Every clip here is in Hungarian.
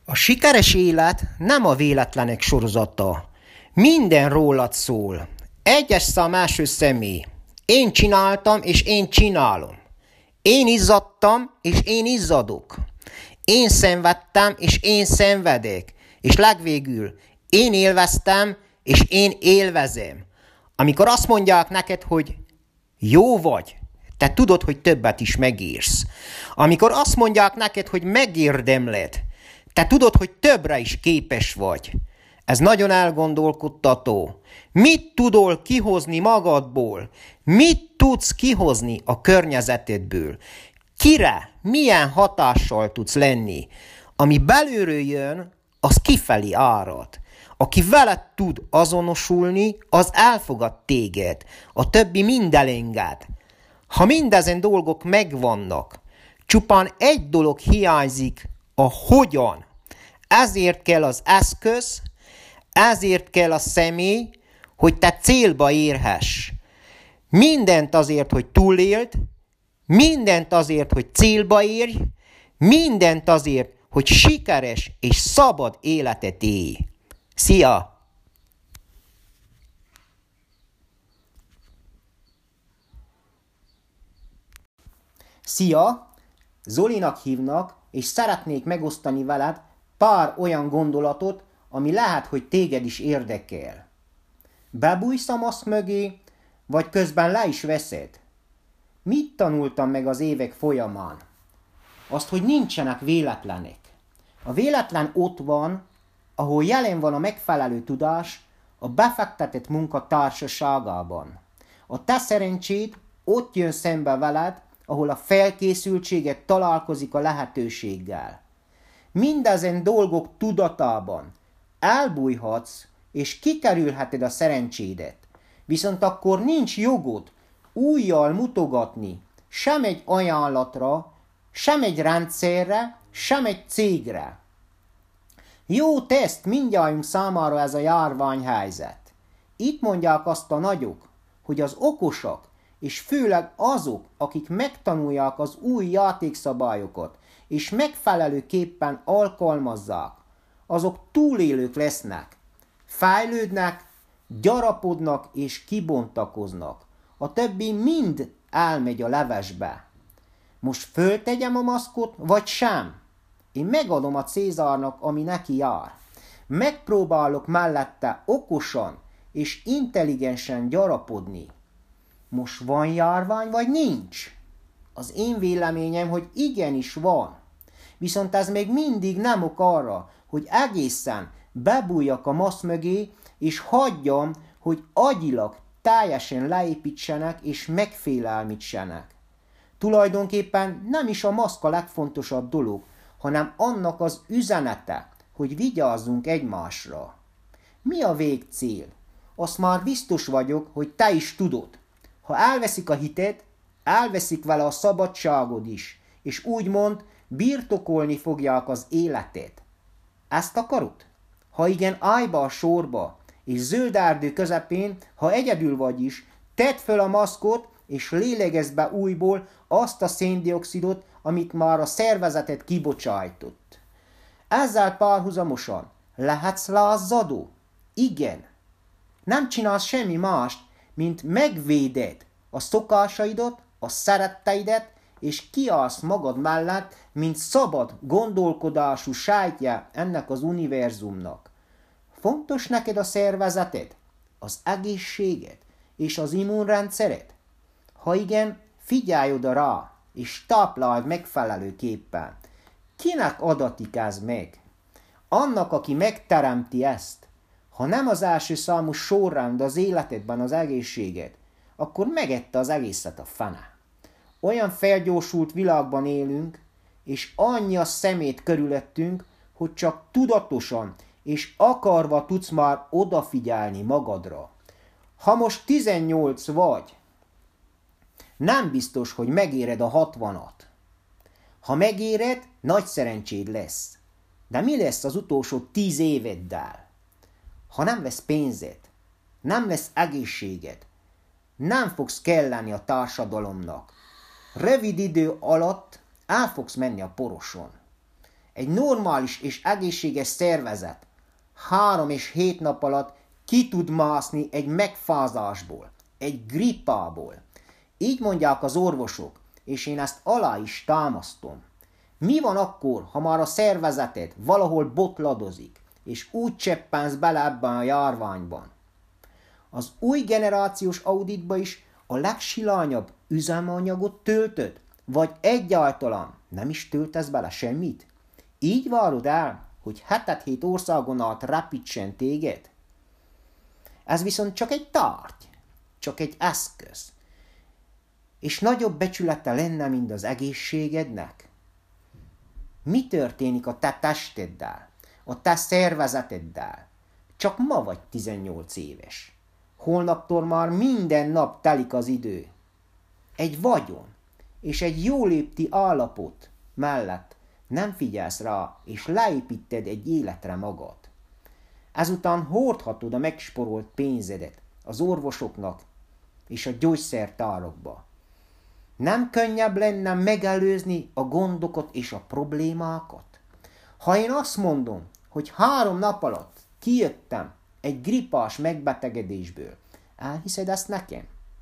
A sikeres élet nem a véletlenek sorozata. Minden rólad szól. Egyes szám első személy. Én csináltam, és én csinálom. Én izzadtam, és én izzadok. Én szenvedtem, és én szenvedek. És legvégül, én élveztem, és én élvezem. Amikor azt mondják neked, hogy jó vagy, te tudod, hogy többet is megérsz. Amikor azt mondják neked, hogy megérdemled, te tudod, hogy többre is képes vagy. Ez nagyon elgondolkodtató. Mit tudol kihozni magadból? Mit tudsz kihozni a környezetedből? Kire, milyen hatással tudsz lenni? Ami belülről jön, az kifelé árad. Aki veled tud azonosulni, az elfogad téged. A többi mind elenged. Ha mindezen dolgok megvannak, csupán egy dolog hiányzik, a hogyan. Ezért kell az eszköz, ezért kell a személy, hogy te célba érhess. Mindent azért, hogy túléld, mindent azért, hogy célba érj, mindent azért, hogy sikeres és szabad életet élj. Szia! Szia! Zolinak hívnak, és szeretnék megosztani veled pár olyan gondolatot, ami lehet, hogy téged is érdekel. Bebújsz a maszk mögé, vagy közben le is veszed? Mit tanultam meg az évek folyamán? Azt, hogy nincsenek véletlenek. A véletlen ott van, ahol jelen van a megfelelő tudás a befektetett munka társaságában. A te szerencséd ott jön szembe veled, ahol a felkészültséget találkozik a lehetőséggel. Mindezen dolgok tudatában elbújhatsz, és kikerülheted a szerencsédet. Viszont akkor nincs jogod újjal mutogatni sem egy ajánlatra, sem egy rendszerre, sem egy cégre. Jó teszt mindjárt számára ez a járványhelyzet. Itt mondják azt a nagyok, hogy az okosak, és főleg azok, akik megtanulják az új játékszabályokat, és megfelelőképpen alkalmazzák, azok túlélők lesznek, fejlődnek, gyarapodnak és kibontakoznak. A többi mind elmegy a levesbe. Most föltegyem a maszkot, vagy sem? Én megadom a Cézárnak, ami neki jár. Megpróbálok mellette okosan és intelligensen gyarapodni. Most van járvány, vagy nincs? Az én véleményem, hogy igenis van. Viszont ez még mindig nem ok arra, hogy egészen bebújjak a maszk mögé, és hagyjam, hogy agyilag teljesen leépítsenek és megfélelmítsenek. Tulajdonképpen nem is a maszk a legfontosabb dolog, hanem annak az üzenete, hogy vigyázzunk egymásra. Mi a végcél? Azt már biztos vagyok, hogy te is tudod. Ha elveszik a hited, elveszik vele a szabadságod is, és úgymond birtokolni fogják az életed. Ezt akarod? Ha igen, állj be a sorba, és zöld erdő közepén, ha egyedül vagy is, tedd föl a maszkot, és lélegezd be újból azt a széndioxidot, amit már a szervezeted kibocsájtott. Ezzel párhuzamosan lehetsz lázadó? Igen. Nem csinálsz semmi mást, mint megvéded a szokásaidat, a szeretteidet, és kiállsz magad mellett, mint szabad gondolkodású sejtje ennek az univerzumnak. Fontos neked a szervezeted, az egészséged és az immunrendszered? Ha igen, figyelj oda rá, és tápláld megfelelőképpen. Kinek adatik ez meg? Annak, aki megteremti ezt. Ha nem az első számú sorrend az életedben az egészséged, akkor megette az egészet a fene. Olyan felgyorsult világban élünk, és annyi a szemét körülöttünk, hogy csak tudatosan és akarva tudsz már odafigyelni magadra. Ha most 18 vagy, nem biztos, hogy megéred a 60-at. Ha megéred, nagy szerencséd lesz. De mi lesz az utolsó 10 éveddel? Ha nem lesz pénzed, nem lesz egészséged, nem fogsz kelleni a társadalomnak. Rövid idő alatt el fogsz menni a poroson. egy normális és egészséges szervezet 3 és 7 nap alatt ki tud mászni egy megfázásból, egy grippából. Így mondják az orvosok, és én ezt alá is támasztom. Mi van akkor, ha már a szervezeted valahol botladozik, és úgy cseppensz bele ebben a járványban? Az új generációs auditba is a legsilányabb üzemanyagot töltöd, vagy egyáltalán nem is töltesz bele semmit? Így várod el, hogy 7 országon át repítsen téged? Ez viszont csak egy tárgy, csak egy eszköz. És nagyobb becsülete lenne, mint az egészségednek? Mi történik a te testeddel, a te szervezeteddel? Csak ma vagy 18 éves. Holnaptól már minden nap telik az idő. Egy vagyon és egy jólépti állapot mellett nem figyelsz rá, és leépíted egy életre magad. Ezután hordhatod a megsporolt pénzedet az orvosoknak és a gyógyszertárakba. Nem könnyebb lenne megelőzni a gondokat és a problémákat? Ha én azt mondom, hogy 3 nap alatt kijöttem egy grippás megbetegedésből, elhiszed ezt nekem?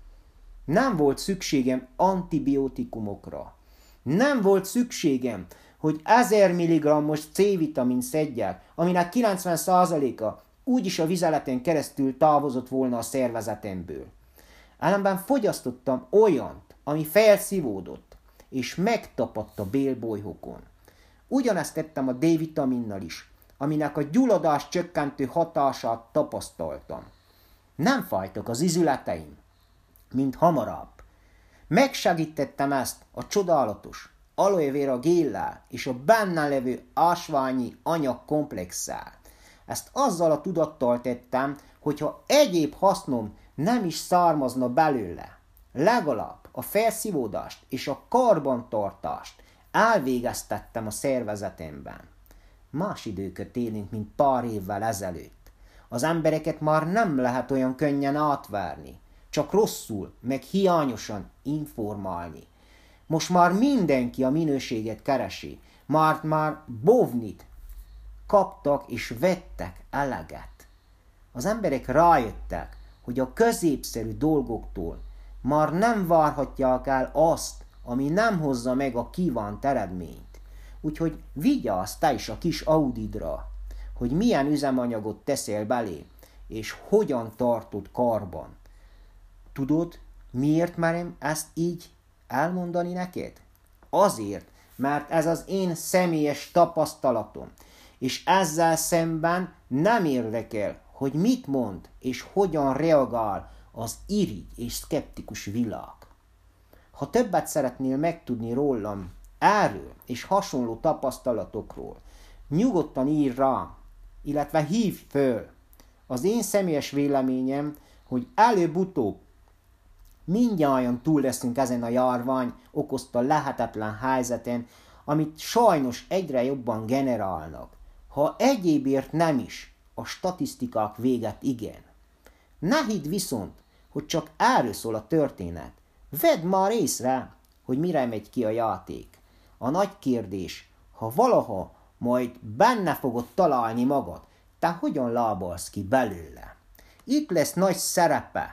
Nem volt szükségem antibiotikumokra. Nem volt szükségem, hogy 1000 mg-os C-vitamin szedjek, aminek 90%-a úgyis a vizeleten keresztül távozott volna a szervezetemből. Ellenben fogyasztottam olyant, ami felszívódott, és megtapadt a bélbolyhokon. Ugyanezt tettem a D-vitaminnal is, aminek a gyulladás csökkentő hatását tapasztaltam. Nem fájtak az izületeim, mint hamarabb. Megsegítettem ezt a csodálatos aloe vera géllel és a benne levő ásványi anyagkomplexsel. Ezt azzal a tudattal tettem, hogyha egyéb hasznom nem is származna belőle, legalább a felszívódást és a karbantartást elvégeztettem a szervezetemben. Más időket élünk, mint pár évvel ezelőtt. Az embereket már nem lehet olyan könnyen átverni, csak rosszul, meg hiányosan informálni. Most már mindenki a minőséget keresi, már bovnit kaptak és vettek eleget. Az emberek rájöttek, hogy a középszerű dolgoktól már nem várhatják el azt, ami nem hozza meg a kívánt eredményt. Úgyhogy vigyázz te is a kis Audidra, hogy milyen üzemanyagot teszel belé, és hogyan tartod karban. Tudod, miért merem ezt így elmondani neked? Azért, mert ez az én személyes tapasztalatom, és ezzel szemben nem érdekel, hogy mit mond és hogyan reagál az irigy és szkeptikus világ. Ha többet szeretnél megtudni rólam, erről és hasonló tapasztalatokról, nyugodtan írj rám, illetve hívj föl. Az én személyes véleményem, hogy előbb-utóbb mindnyájan túl leszünk ezen a járvány okozta lehetetlen helyzeten, amit sajnos egyre jobban generálnak. Ha egyébért nem is, a statisztikák véget igen. Ne hidd viszont, hogy csak erről szól a történet. Vedd már észre, hogy mire megy ki a játék. A nagy kérdés, ha valaha majd benne fogod találni magad, te hogyan lábalsz ki belőle? Itt lesz nagy szerepe.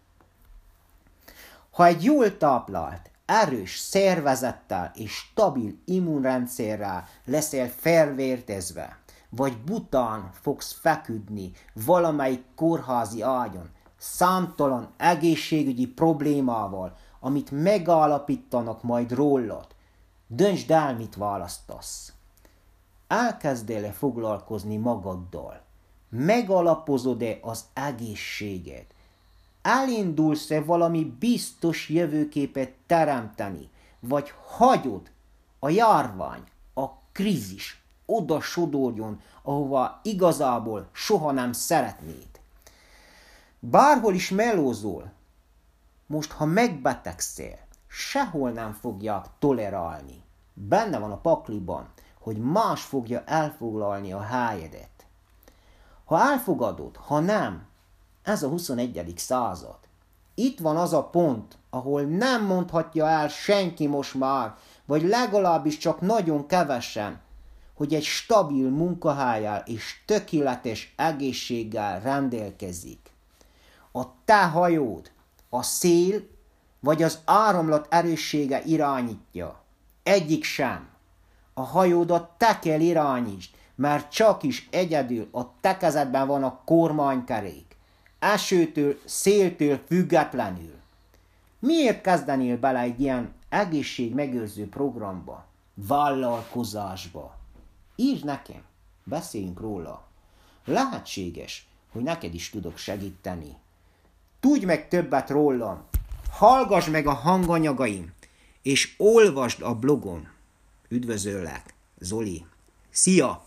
Ha egy jól táplált, erős szervezettel és stabil immunrendszerrel leszel felvértezve, vagy bután fogsz feküdni valamelyik kórházi ágyon, számtalan egészségügyi problémával, amit megállapítanak majd rólad, döntsd el, mit választasz. Elkezdél-e foglalkozni magaddal? Megalapozod-e az egészséged? Elindulsz-e valami biztos jövőképet teremteni, vagy hagyod a járvány, a krízis oda sodorjon, ahova igazából soha nem szeretnéd? Bárhol is melózol, most ha megbetegszél, sehol nem fogják tolerálni. Benne van a pakliban, hogy más fogja elfoglalni a helyedet. Ha elfogadod, ha nem, ez a 21. század. Itt van az a pont, ahol nem mondhatja el senki most már, vagy legalábbis csak nagyon kevesen, hogy egy stabil munkahellyel és tökéletes egészséggel rendelkezik. A te hajód a szél vagy az áramlat erőssége irányítja. Egyik sem. A hajódat te kell irányítsd, mert csak is egyedül a te kezedben van a kormánykerék. Esőtől, széltől függetlenül. Miért kezdenél bele egy ilyen egészségmegőrző programba, vállalkozásba? Írd nekem, beszéljünk róla. Lehetséges, hogy neked is tudok segíteni. Tudj meg többet rólam, hallgass meg a hanganyagaim, és olvasd a blogom. Üdvözöllek, Zoli. Szia!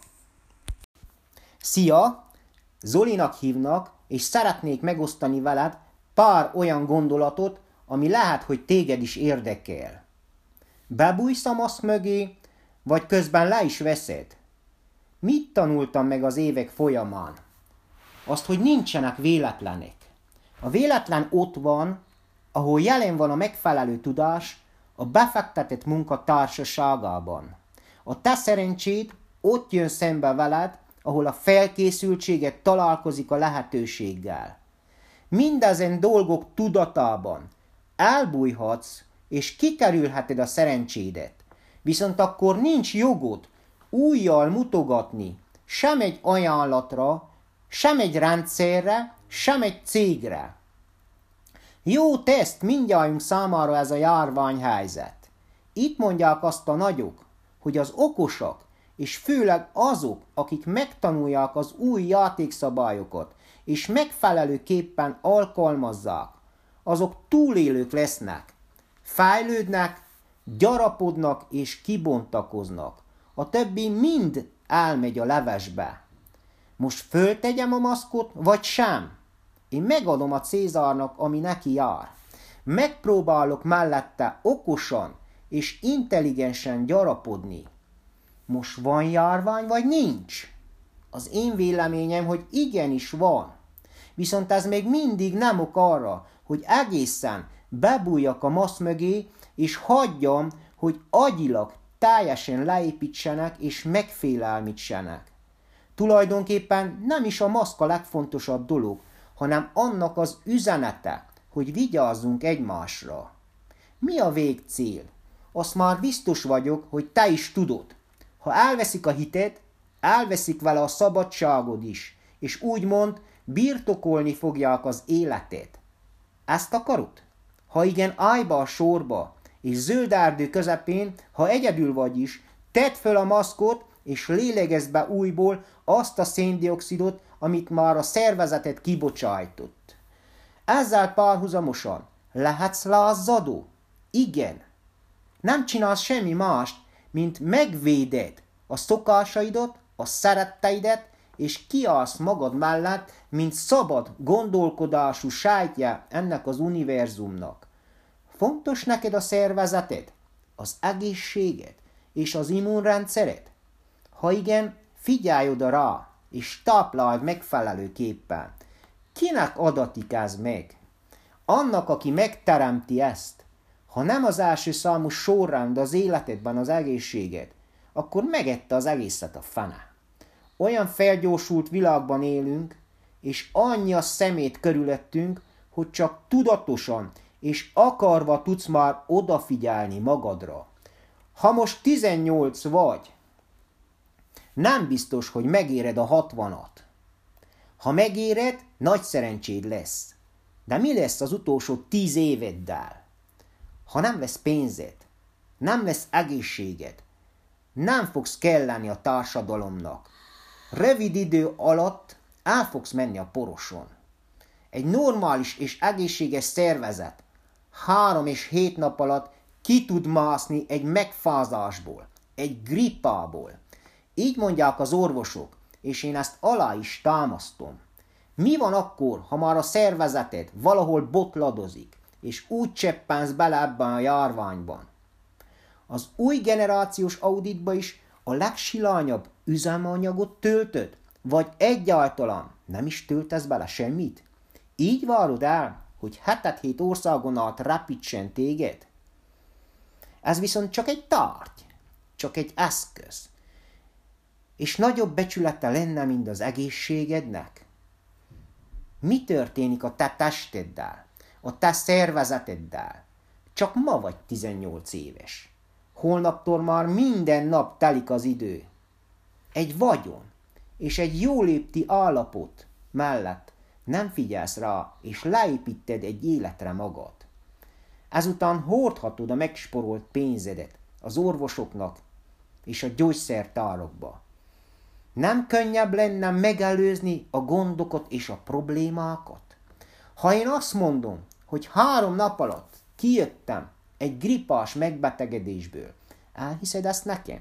Szia! Zolinak hívnak, és szeretnék megosztani veled pár olyan gondolatot, ami lehet, hogy téged is érdekel. Bebújsz a maszk mögé, vagy közben le is veszed? Mit tanultam meg az évek folyamán? Azt, hogy nincsenek véletlenek. A véletlen ott van, ahol jelen van a megfelelő tudás a befektetett munka társaságában. A te szerencséd ott jön szembe veled, ahol a felkészültséget találkozik a lehetőséggel. Mindezen dolgok tudatában elbújhatsz, és kikerülheted a szerencsédet. Viszont akkor nincs jogod újjal mutogatni sem egy ajánlatra, sem egy rendszerre, sem egy cégre. Jó teszt mindjárt számára ez a járványhelyzet. Itt mondják azt a nagyok, hogy az okosak, és főleg azok, akik megtanulják az új játékszabályokat, és megfelelőképpen alkalmazzák, azok túlélők lesznek, fejlődnek, gyarapodnak és kibontakoznak. A többi mind elmegy a levesbe. Most föltegyem a maszkot, vagy sem? Én megadom a Cézárnak, ami neki jár. Megpróbálok mellette okosan és intelligensen gyarapodni. Most van járvány, vagy nincs? Az én véleményem, hogy igenis van. Viszont ez még mindig nem ok arra, hogy egészen bebújjak a maszk mögé, és hagyjam, hogy agyilag teljesen leépítsenek és megfélelmítsenek. Tulajdonképpen nem is a maszk a legfontosabb dolog, hanem annak az üzenete, hogy vigyázzunk egymásra. Mi a végcél? Azt már biztos vagyok, hogy te is tudod. Ha elveszik a hited, elveszik vele a szabadságod is, és úgymond birtokolni fogják az életet. Ezt akarod? Ha igen, állj be a sorba, és zöld erdő közepén, ha egyedül vagy is, tedd föl a maszkot, és lélegezd be újból azt a széndioxidot, amit már a szervezeted kibocsájtott. Ezzel párhuzamosan lehetsz lázadó? Igen. Nem csinálsz semmi mást, mint megvéded a szokásaidat, a szeretteidet, és kiállsz magad mellett, mint szabad gondolkodású sejtje ennek az univerzumnak. Fontos neked a szervezeted, az egészséged és az immunrendszered? Ha igen, figyelj oda rá, és tápláld megfelelőképpen. Kinek adatik ez meg? Annak, aki megteremti ezt. Ha nem az első számú sorrend az életedben az egészséged, akkor megette az egészet a fene. Olyan felgyorsult világban élünk, és annyi a szemét körülöttünk, hogy csak tudatosan és akarva tudsz már odafigyelni magadra. Ha most 18 vagy, nem biztos, hogy megéred a 60-at. Ha megéred, nagy szerencséd lesz. De mi lesz az utolsó 10 éveddel? Ha nem lesz pénzed, nem lesz egészséged, nem fogsz kelleni a társadalomnak. Rövid idő alatt el fogsz menni a poroson. Egy normális és egészséges szervezet 3 és 7 nap alatt ki tud mászni egy megfázásból, egy grippából. Így mondják az orvosok, és én ezt alá is támasztom. Mi van akkor, ha már a szervezeted valahol botladozik, és úgy cseppensz bele ebben a járványban? Az új generációs auditba is a legsilányabb üzemanyagot töltöd, vagy egyáltalán nem is töltesz bele semmit? Így várod el, hogy 7 országon át repítsen téged? Ez viszont csak egy tárgy, csak egy eszköz. és nagyobb becsülete lenne, mint az egészségednek? Mi történik a te testeddel, a te szervezeteddel? Csak ma vagy 18 éves. Holnaptól már minden nap telik az idő. Egy vagyon és egy jóléti állapot mellett nem figyelsz rá, és leépíted egy életre magad. Ezután hordhatod a megsporolt pénzedet az orvosoknak és a gyógyszertárakba. Nem könnyebb lenne megelőzni a gondokat és a problémákat? Ha én azt mondom, hogy 3 nap alatt kijöttem egy grippás megbetegedésből, elhiszed ezt nekem?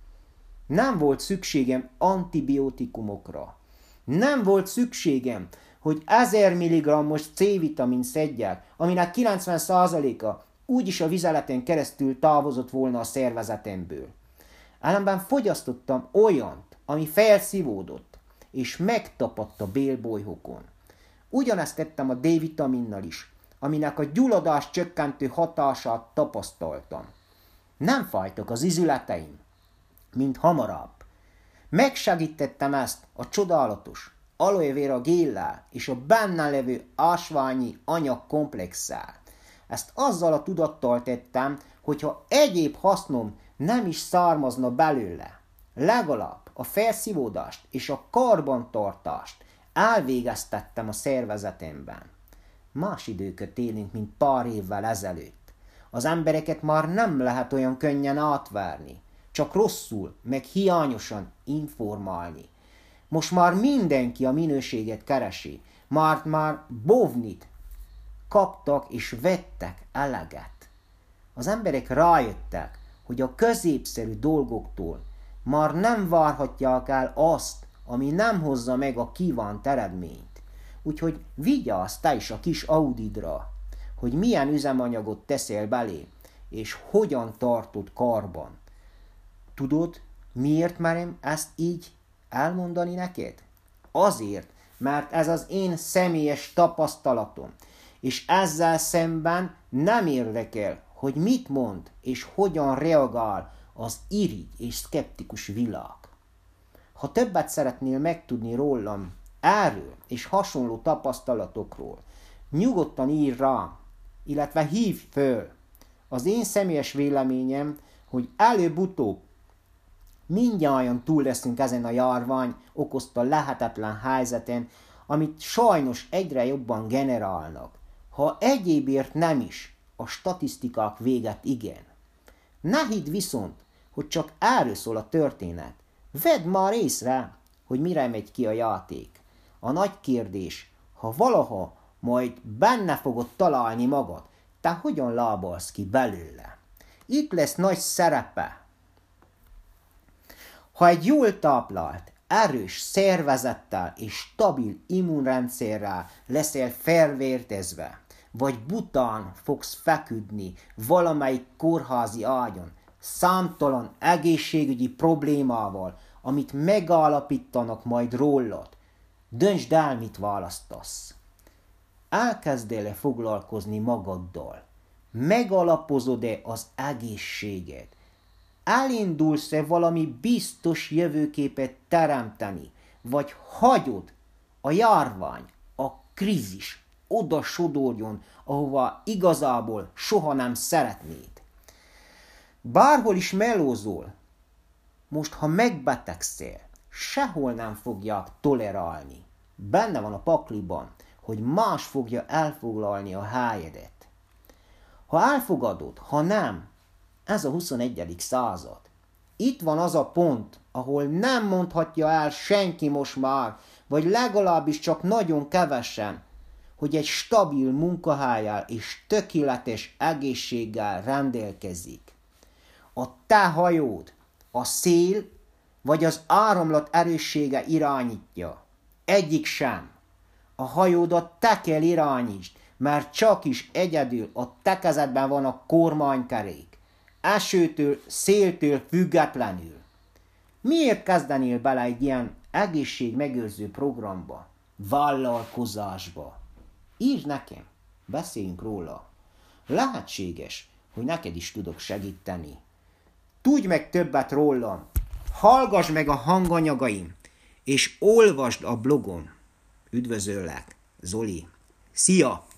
Nem volt szükségem antibiotikumokra. Nem volt szükségem, hogy 1000 mg-os C-vitamin szedjek, aminek 90%-a úgyis a vizeleten keresztül távozott volna a szervezetemből. Ellenben fogyasztottam olyant, ami felszívódott, és megtapadt a bélbolyhokon. Ugyanezt tettem a D-vitaminnal is, aminek a gyulladás csökkentő hatását tapasztaltam. Nem fájtak az izületeim, mint hamarabb. Megsegítettem ezt a csodálatos aloe vera géllel és a benne levő ásványi anyagkomplexsel. Ezt azzal a tudattal tettem, hogyha egyéb hasznom nem is származna belőle, legalább a felszívódást és a karbantartást elvégeztettem a szervezetemben. Más időket élünk, mint pár évvel ezelőtt. Az embereket már nem lehet olyan könnyen átverni, csak rosszul, meg hiányosan informálni. Most már mindenki a minőséget keresi, már bovnit kaptak és vettek eleget. Az emberek rájöttek, hogy a középszerű dolgoktól már nem várhatják el azt, ami nem hozza meg a kívánt eredményt. Úgyhogy vigyázz te is a kis Audidra, hogy milyen üzemanyagot teszel belé, és hogyan tartod karban. Tudod, miért merem ezt így elmondani neked? Azért, mert ez az én személyes tapasztalatom, és ezzel szemben nem érdekel, hogy mit mond és hogyan reagál az irigy és szkeptikus világ. Ha többet szeretnél megtudni rólam, erről és hasonló tapasztalatokról, nyugodtan írj rám, illetve hívj föl. Az én személyes véleményem, hogy előbb-utóbb mindnyájan túl leszünk ezen a járvány okozta lehetetlen helyzeten, amit sajnos egyre jobban generálnak. Ha egyébért nem is, a statisztikák véget igen. Ne hidd viszont, hogy csak erről szól a történet. Vedd már észre, hogy mire megy ki a játék. A nagy kérdés, ha valaha majd benne fogod találni magad, te hogyan lábalsz ki belőle? Itt lesz nagy szerepe. Ha egy jól táplált, erős szervezettel és stabil immunrendszerrel leszel felvértezve, vagy bután fogsz feküdni valamelyik kórházi ágyon, számtalan egészségügyi problémával, amit megállapítanak majd rólad, döntsd el, mit választasz. Elkezdél-e foglalkozni magaddal? Megalapozod-e az egészséged? Elindulsz-e valami biztos jövőképet teremteni, vagy hagyod a járvány, a krízis oda sodorjon, ahova igazából soha nem szeretnéd? Bárhol is melózol, most ha megbetegszél, sehol nem fogják tolerálni. Benne van a pakliban, hogy más fogja elfoglalni a helyedet. Ha elfogadod, ha nem, ez a 21. század. Itt van az a pont, ahol nem mondhatja el senki most már, vagy legalábbis csak nagyon kevesen, hogy egy stabil munkahellyel és tökéletes egészséggel rendelkezik. A te hajód, a szél vagy az áramlat erőssége irányítja. Egyik sem. A hajódat te kell irányítsd, mert csak is egyedül a te kezedben van a kormánykerék. Esőtől, széltől függetlenül. Miért kezdenél bele egy ilyen egészségmegőrző programba, vállalkozásba? Írd nekem, beszéljünk róla. Lehetséges, hogy neked is tudok segíteni. Tudj meg többet rólam, hallgass meg a hanganyagaim, és olvasd a blogom. Üdvözöllek, Zoli. Szia!